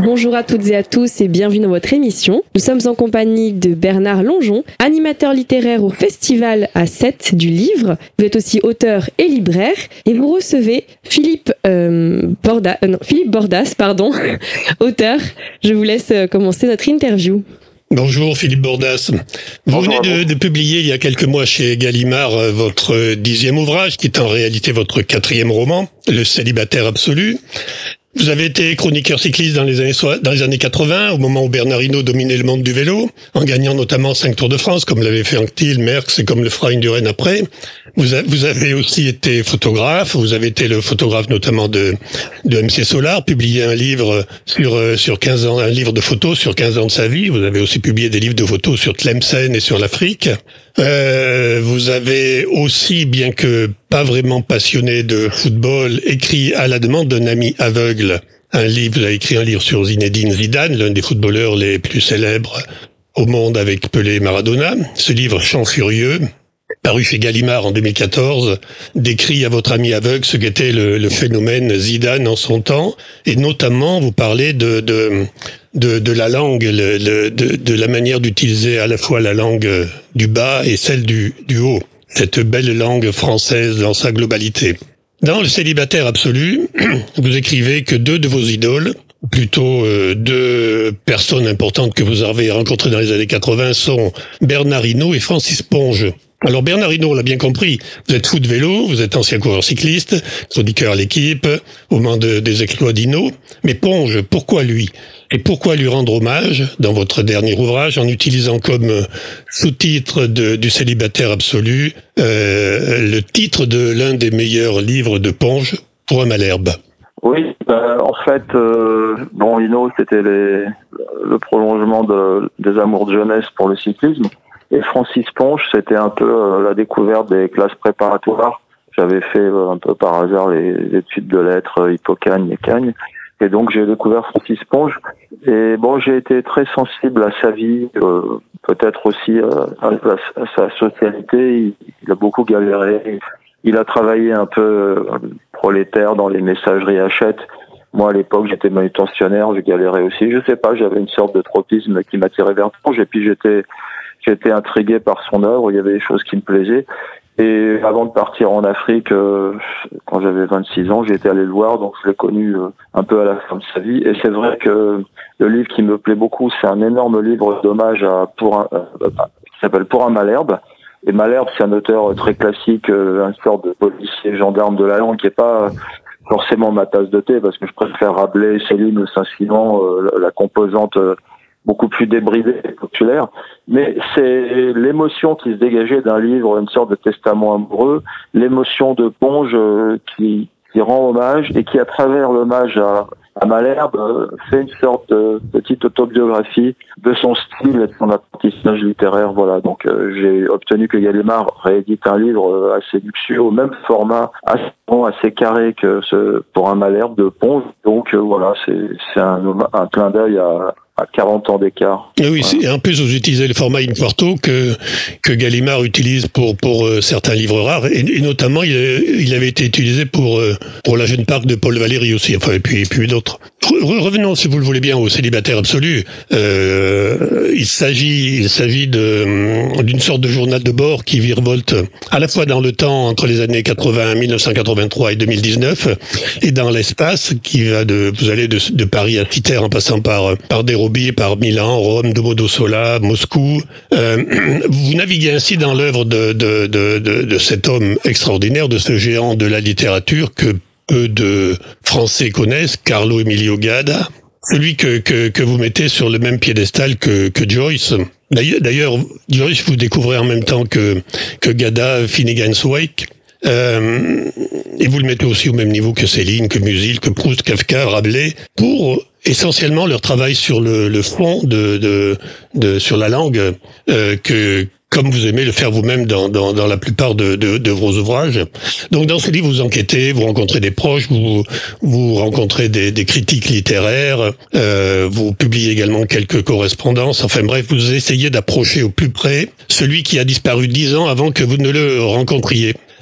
Bonjour à toutes et à tous et bienvenue dans votre émission. Nous sommes en compagnie de Bernard Longeon, animateur littéraire au Festival à 7 du Livre. Vous êtes aussi auteur et libraire et vous recevez Philippe Bordas, auteur. Je vous laisse commencer notre interview. Bonjour Philippe Bordas. Vous venez de publier il y a quelques mois chez Gallimard votre 10e ouvrage, qui est en réalité votre 4e roman, Le célibataire absolu. Vous avez été chroniqueur cycliste dans les années 80, au moment où Bernard Hinault dominait le monde du vélo, en gagnant notamment 5 Tours de France, comme l'avait fait Anquetil, Merckx et comme le fera Indurain après. Vous avez aussi été photographe, vous avez été le photographe notamment de MC Solar, publié un livre sur 15 ans, un livre de photos sur 15 ans de sa vie. Vous avez aussi publié des livres de photos sur Tlemcen et sur l'Afrique. Vous avez aussi, bien que pas vraiment passionné de football, écrit à la demande d'un ami aveugle vous avez écrit un livre sur Zinedine Zidane, l'un des footballeurs les plus célèbres au monde avec Pelé et Maradona. Ce livre, Chant furieux, paru chez Gallimard en 2014, décrit à votre ami aveugle ce qu'était le phénomène Zidane en son temps, et notamment vous parlez de la langue, de la manière d'utiliser à la fois la langue du bas et celle du haut, cette belle langue française dans sa globalité. Dans Le célibataire absolu, vous écrivez que deux de vos idoles, plutôt deux personnes importantes que vous avez rencontrées dans les années 80, sont Bernard Hinault et Francis Ponge. Alors Bernard Hinault, on l'a bien compris, vous êtes fou de vélo, vous êtes ancien coureur cycliste, chroniqueur à l'Équipe, au moment des exploits d'Hinault. Mais Ponge, pourquoi lui ? Et pourquoi lui rendre hommage dans votre dernier ouvrage en utilisant comme sous-titre du célibataire absolu le titre de l'un des meilleurs livres de Ponge, Pour un Malherbe ? Oui, en fait, Hinault, c'était le prolongement des amours de jeunesse pour le cyclisme. Et Francis Ponge, c'était un peu la découverte des classes préparatoires. J'avais fait un peu par hasard les études de lettres Hippocagne et Cagne. Et donc j'ai découvert Francis Ponge. Et j'ai été très sensible à sa vie, peut-être aussi à sa socialité. Il a beaucoup galéré. Il a travaillé un peu prolétaire dans les messageries Hachette. Moi, à l'époque, j'étais manutentionnaire, je galérais aussi. Je sais pas, j'avais une sorte de tropisme qui m'attirait vers Ponge. Et puis j'étais intrigué par son œuvre. Il y avait des choses qui me plaisaient. Et avant de partir en Afrique, quand j'avais 26 ans, j'ai été allé le voir, donc je l'ai connu un peu à la fin de sa vie. Et c'est vrai que le livre qui me plaît beaucoup, c'est un énorme livre d'hommage qui s'appelle Pour un Malherbe. Et Malherbe, c'est un auteur très classique, une sorte de policier gendarme de la langue qui est pas forcément ma tasse de thé, parce que je préfère Rabelais, Céline ou Saint-Simon, la composante beaucoup plus débridée et populaire, mais c'est l'émotion qui se dégageait d'un livre, une sorte de testament amoureux, l'émotion de Ponge qui rend hommage et qui, à travers l'hommage à Malherbe, fait une sorte de petite autobiographie de son style et de son apprentissage littéraire. Voilà, donc j'ai obtenu que Gallimard réédite un livre assez luxueux, au même format, assez carré que ce Pour un Malherbe de Ponge. Donc voilà, c'est un clin d'œil à 40 ans d'écart. Et oui, voilà. En plus vous utilisez le format in quarto que Gallimard utilise pour certains livres rares, et notamment il avait été utilisé pour La Jeune Parc de Paul Valéry aussi, enfin et puis d'autres. Revenons, si vous le voulez bien, au célibataire absolu. Il s'agit d'une sorte de journal de bord qui virevolte à la fois dans le temps entre les années 1983 et 2019, et dans l'espace qui va vous allez de Paris à Citerre en passant par Déroby, par Milan, Rome, Domodossola, Moscou. Vous naviguez ainsi dans l'œuvre de cet homme extraordinaire, de ce géant de la littérature que peu de Français connaissent, Carlo Emilio Gadda, celui que vous mettez sur le même piédestal que Joyce. D'ailleurs, Joyce, vous découvrez en même temps que Gadda, Finnegan's Wake. Et vous le mettez aussi au même niveau que Céline, que Musil, que Proust, Kafka, Rabelais, pour essentiellement leur travail sur le fond sur la langue, comme vous aimez le faire vous-même dans la plupart de vos ouvrages. Donc dans ce livre, vous enquêtez, vous rencontrez des proches, vous rencontrez des critiques littéraires, vous publiez également quelques correspondances. Enfin bref, vous essayez d'approcher au plus près celui qui a disparu 10 ans avant que vous ne le rencontriez.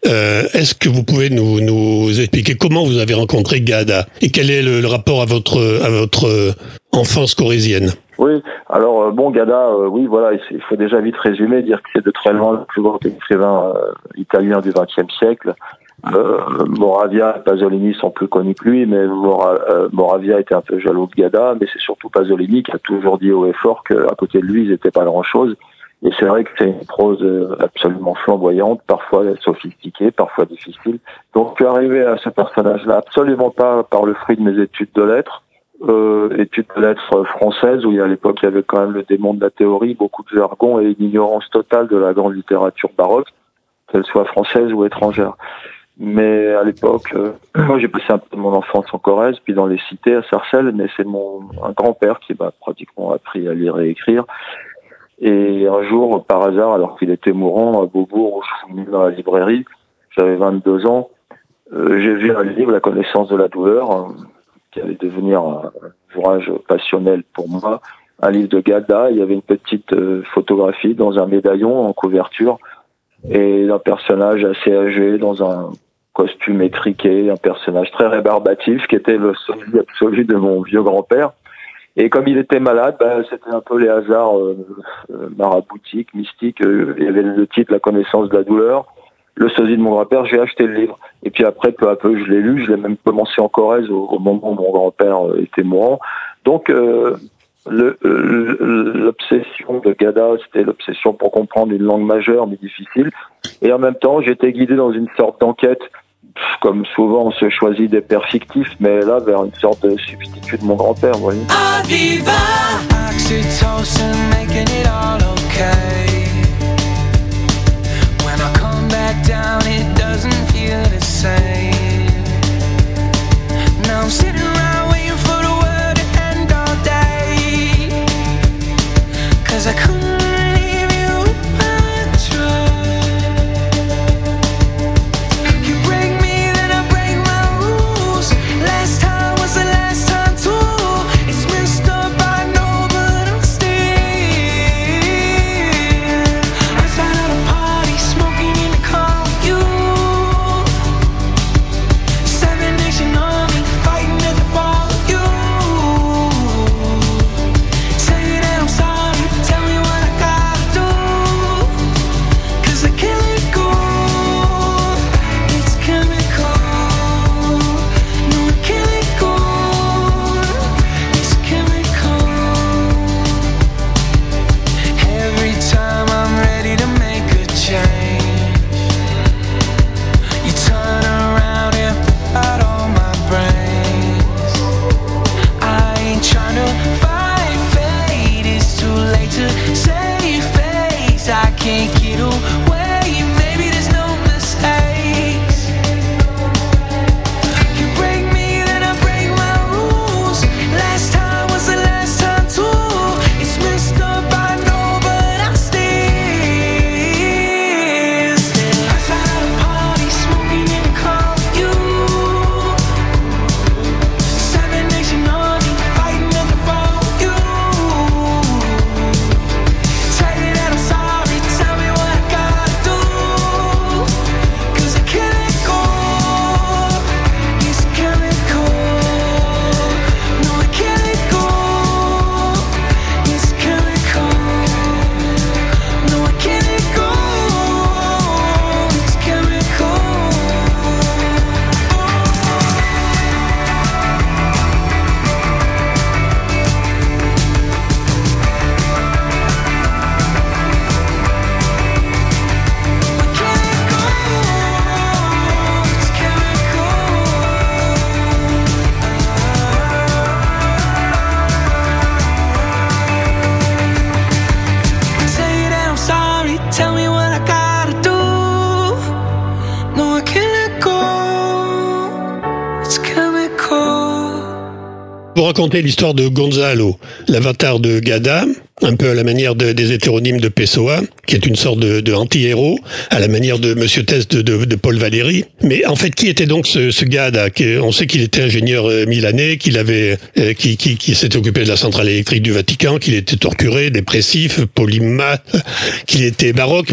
Est-ce que vous pouvez nous expliquer comment vous avez rencontré Gada et quel est le rapport à votre enfance corrézienne? Oui, alors Gada, oui, voilà, il faut déjà vite résumer, dire que c'est de très loin le plus grand écrivain italien du XXe siècle. Moravia et Pasolini sont plus connus que lui, mais Moravia était un peu jaloux de Gada, mais c'est surtout Pasolini qui a toujours dit haut et fort qu'à côté de lui, ils n'étaient pas grand-chose. Et c'est vrai que c'est une prose absolument flamboyante, parfois sophistiquée, parfois difficile. Donc, je suis arrivé à ce personnage-là absolument pas par le fruit de mes études de lettres, études de lettres françaises, où à l'époque il y avait quand même le démon de la théorie, beaucoup de jargon et une ignorance totale de la grande littérature baroque, qu'elle soit française ou étrangère. Mais à l'époque, moi j'ai passé un peu de mon enfance en Corrèze, puis dans les cités à Sarcelles, mais c'est un grand-père qui m'a pratiquement appris à lire et écrire. Et un jour, par hasard, alors qu'il était mourant à Beaubourg, où je suis venu dans la librairie, j'avais 22 ans, j'ai vu un livre, La connaissance de la douleur, qui allait devenir un ouvrage passionnel pour moi, un livre de Gada. Il y avait une petite photographie dans un médaillon en couverture, et un personnage assez âgé dans un costume étriqué, un personnage très rébarbatif qui était le sosie absolu de mon vieux grand-père. Et comme il était malade, c'était un peu les hasards maraboutiques, mystiques. Il y avait le titre La connaissance de la douleur, le sosie de mon grand-père, j'ai acheté le livre. Et puis après, peu à peu, je l'ai lu, je l'ai même commencé en Corrèze au moment où mon grand-père était mourant. Donc, l'obsession de Gada, c'était l'obsession pour comprendre une langue majeure mais difficile. Et en même temps, j'étais guidé dans une sorte d'enquête, comme souvent on se choisit des pères fictifs, mais là vers une sorte de substitut de mon grand-père, vous voyez. Aviva, oxytocin, making it all okay. When I come back down, it doesn't feel the same. Now I'm sitting around waiting for the world to end all day. 'Cause I couldn't leave you if I tried. You break me, then I break my rules. Last time was the last time too. It's messed up, I know, but I'm still outside of the party, smoking in the car with you. Seven Nation Army, fighting at the bar with you. Say that I'm sorry, tell me what I gotta do. 'Cause I can't let go. It's chemical. No, I can't let go. It's chemical. Every time I'm ready to make a change, you turn around and out all my brains. I ain't trying to fight fate, it's too late to save face. I can't get away, maybe there's no mistakes. You break me, then I break my rules. Last time was the last time too. It's messed up, I know, but I'm still outside of the party, smoking in the car with you. Seven Nation Army, fighting at the bar with you. Say that I'm sorry, tell me what I gotta do. 'Cause I can't let go. It's chemical. No, I can't let go. It's chemical. No, I can't let go. It's chemical. Say that I'm sorry, tell me what I gotta do. No, I can't let go. It's chemical. Vous racontez l'histoire de Gonzalo, l'avatar de Gada, un peu à la manière des hétéronymes de Pessoa, qui est une sorte de anti-héros, à la manière de Monsieur Test de Paul Valéry. Mais en fait, qui était donc ce Gada? On sait qu'il était ingénieur milanais, qu'il avait, qui s'était occupé de la centrale électrique du Vatican, qu'il était torturé, dépressif, polymath, qu'il était baroque, mais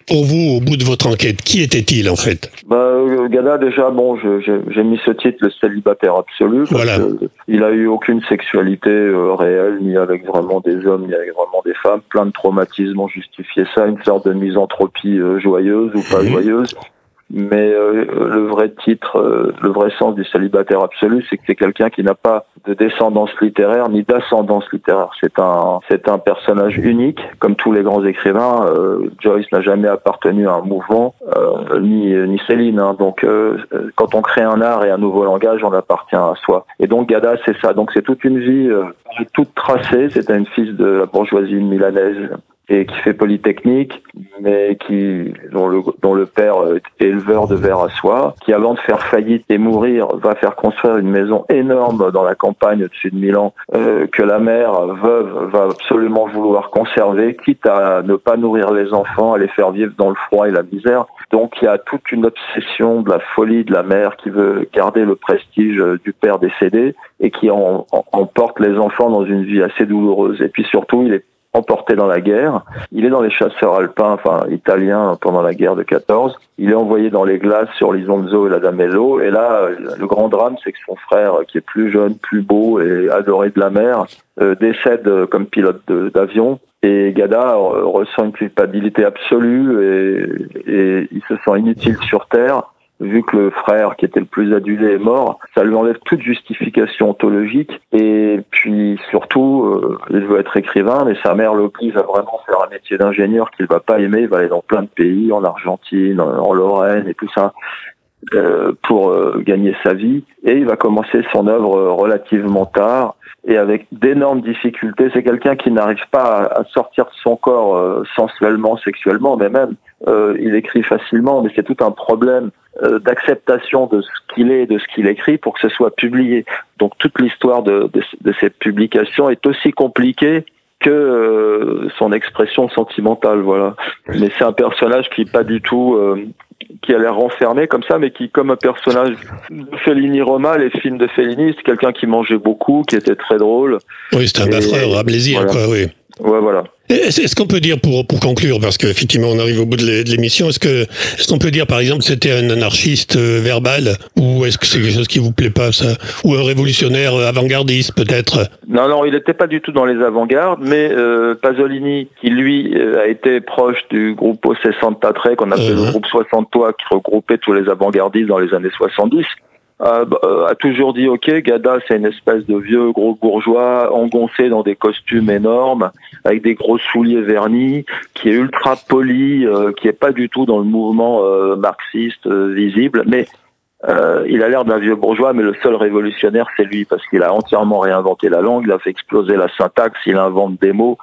pour vous au bout de votre enquête? Qui était-il en fait? Gada, déjà, j'ai mis ce titre, le célibataire absolu, parce voilà. Il a eu aucune sexualité réelle, ni avec vraiment des hommes, ni avec vraiment des femmes. Plein de traumatismes ont justifié ça, une sorte de misanthropie joyeuse ou pas joyeuse. Mais le vrai titre, le vrai sens du célibataire absolu, c'est que c'est quelqu'un qui n'a pas de descendance littéraire ni d'ascendance littéraire. C'est un personnage unique, comme tous les grands écrivains. Joyce n'a jamais appartenu à un mouvement, ni Céline. Hein. Donc, quand on crée un art et un nouveau langage, on appartient à soi. Et donc, Gada, c'est ça. Donc, c'est toute une vie toute tracée. C'est un fils de la bourgeoisie milanaise et qui fait Polytechnique, mais dont le père est éleveur de vers à soie, qui avant de faire faillite et mourir, va faire construire une maison énorme dans la campagne au-dessus de Milan, que la mère, veuve, va absolument vouloir conserver, quitte à ne pas nourrir les enfants, à les faire vivre dans le froid et la misère. Donc il y a toute une obsession de la folie de la mère qui veut garder le prestige du père décédé et qui emporte les enfants dans une vie assez douloureuse. Et puis surtout, il est emporté dans la guerre. Il est dans les chasseurs alpins, italiens pendant la guerre de 14. Il est envoyé dans les glaces sur l'Isonzo et la Damello. Et là, le grand drame, c'est que son frère, qui est plus jeune, plus beau et adoré de la mer, décède comme pilote d'avion. Et Gada ressent une culpabilité absolue et il se sent inutile sur Terre. Vu que le frère, qui était le plus adulé, est mort, ça lui enlève toute justification ontologique. Et puis surtout, il veut être écrivain, mais sa mère l'oblige à vraiment faire un métier d'ingénieur qu'il va pas aimer. Il va aller dans plein de pays, en Argentine, en Lorraine et tout ça, pour gagner sa vie. Et il va commencer son œuvre relativement tard et avec d'énormes difficultés. C'est quelqu'un qui n'arrive pas à sortir de son corps sensuellement, sexuellement, mais même il écrit facilement, mais c'est tout un problème d'acceptation de ce qu'il est et de ce qu'il écrit pour que ce soit publié. Donc toute l'histoire de cette publication est aussi compliquée que son expression sentimentale, voilà. Mais c'est un personnage qui pas du tout qui a l'air renfermé comme ça, mais qui, comme un personnage de Fellini Roma, les films de Fellini, c'est quelqu'un qui mangeait beaucoup, qui était très drôle. Oui, c'est un baffreur à plaisir, voilà. Quoi, oui. Ouais, voilà. Est-ce qu'on peut dire, pour conclure, parce qu'effectivement on arrive au bout de l'émission, est-ce qu'on peut dire par exemple c'était un anarchiste verbal, ou est-ce que c'est quelque chose qui vous plaît pas, ça, ou un révolutionnaire avant-gardiste peut-être? Non, il n'était pas du tout dans les avant-gardes, mais Pasolini, qui lui a été proche du groupe Sessantatore, qu'on appelait le groupe 60 Toits, qui regroupait tous les avant-gardistes dans les années 70, a toujours dit ok, Gada c'est une espèce de vieux gros bourgeois engoncé dans des costumes énormes avec des gros souliers vernis, qui est ultra poli, qui est pas du tout dans le mouvement marxiste visible, mais il a l'air d'un vieux bourgeois, mais le seul révolutionnaire c'est lui, parce qu'il a entièrement réinventé la langue, il a fait exploser la syntaxe, il invente des mots,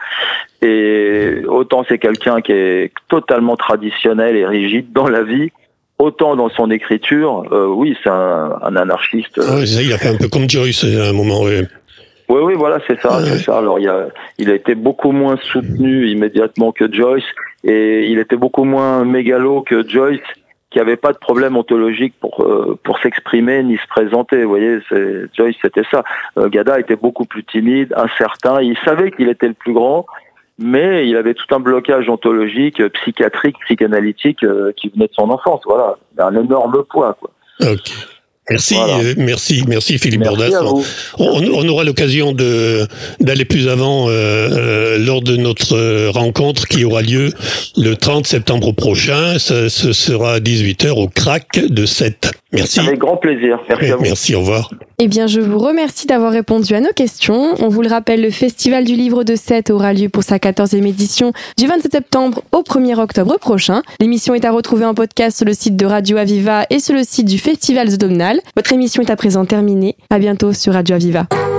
et autant c'est quelqu'un qui est totalement traditionnel et rigide dans la vie, autant dans son écriture, oui, c'est un anarchiste. Oui, c'est ça, il a fait un peu comme Joyce à un moment, oui. Oui, voilà, c'est ça, c'est ça. Alors, il a été beaucoup moins soutenu immédiatement que Joyce, et il était beaucoup moins mégalo que Joyce, qui avait pas de problème ontologique pour s'exprimer ni se présenter. Vous voyez, Joyce, c'était ça. Gada était beaucoup plus timide, incertain. Il savait qu'il était le plus grand, mais il avait tout un blocage ontologique, psychiatrique, psychanalytique qui venait de son enfance. Voilà, un énorme poids, quoi. Ok. Merci, voilà. Merci Philippe Bordas. On aura l'occasion d'aller plus avant lors de notre rencontre qui aura lieu le 30 septembre prochain. Ce sera à 18h au Crac de Sète. Merci. Avec grand plaisir. Merci à vous. Merci, au revoir. Eh bien, je vous remercie d'avoir répondu à nos questions. On vous le rappelle, le Festival du Livre de Sète aura lieu pour sa 14e édition du 27 septembre au 1er octobre prochain. L'émission est à retrouver en podcast sur le site de Radio Aviva et sur le site du Festival automnal. Votre émission est à présent terminée. À bientôt sur Radio Aviva.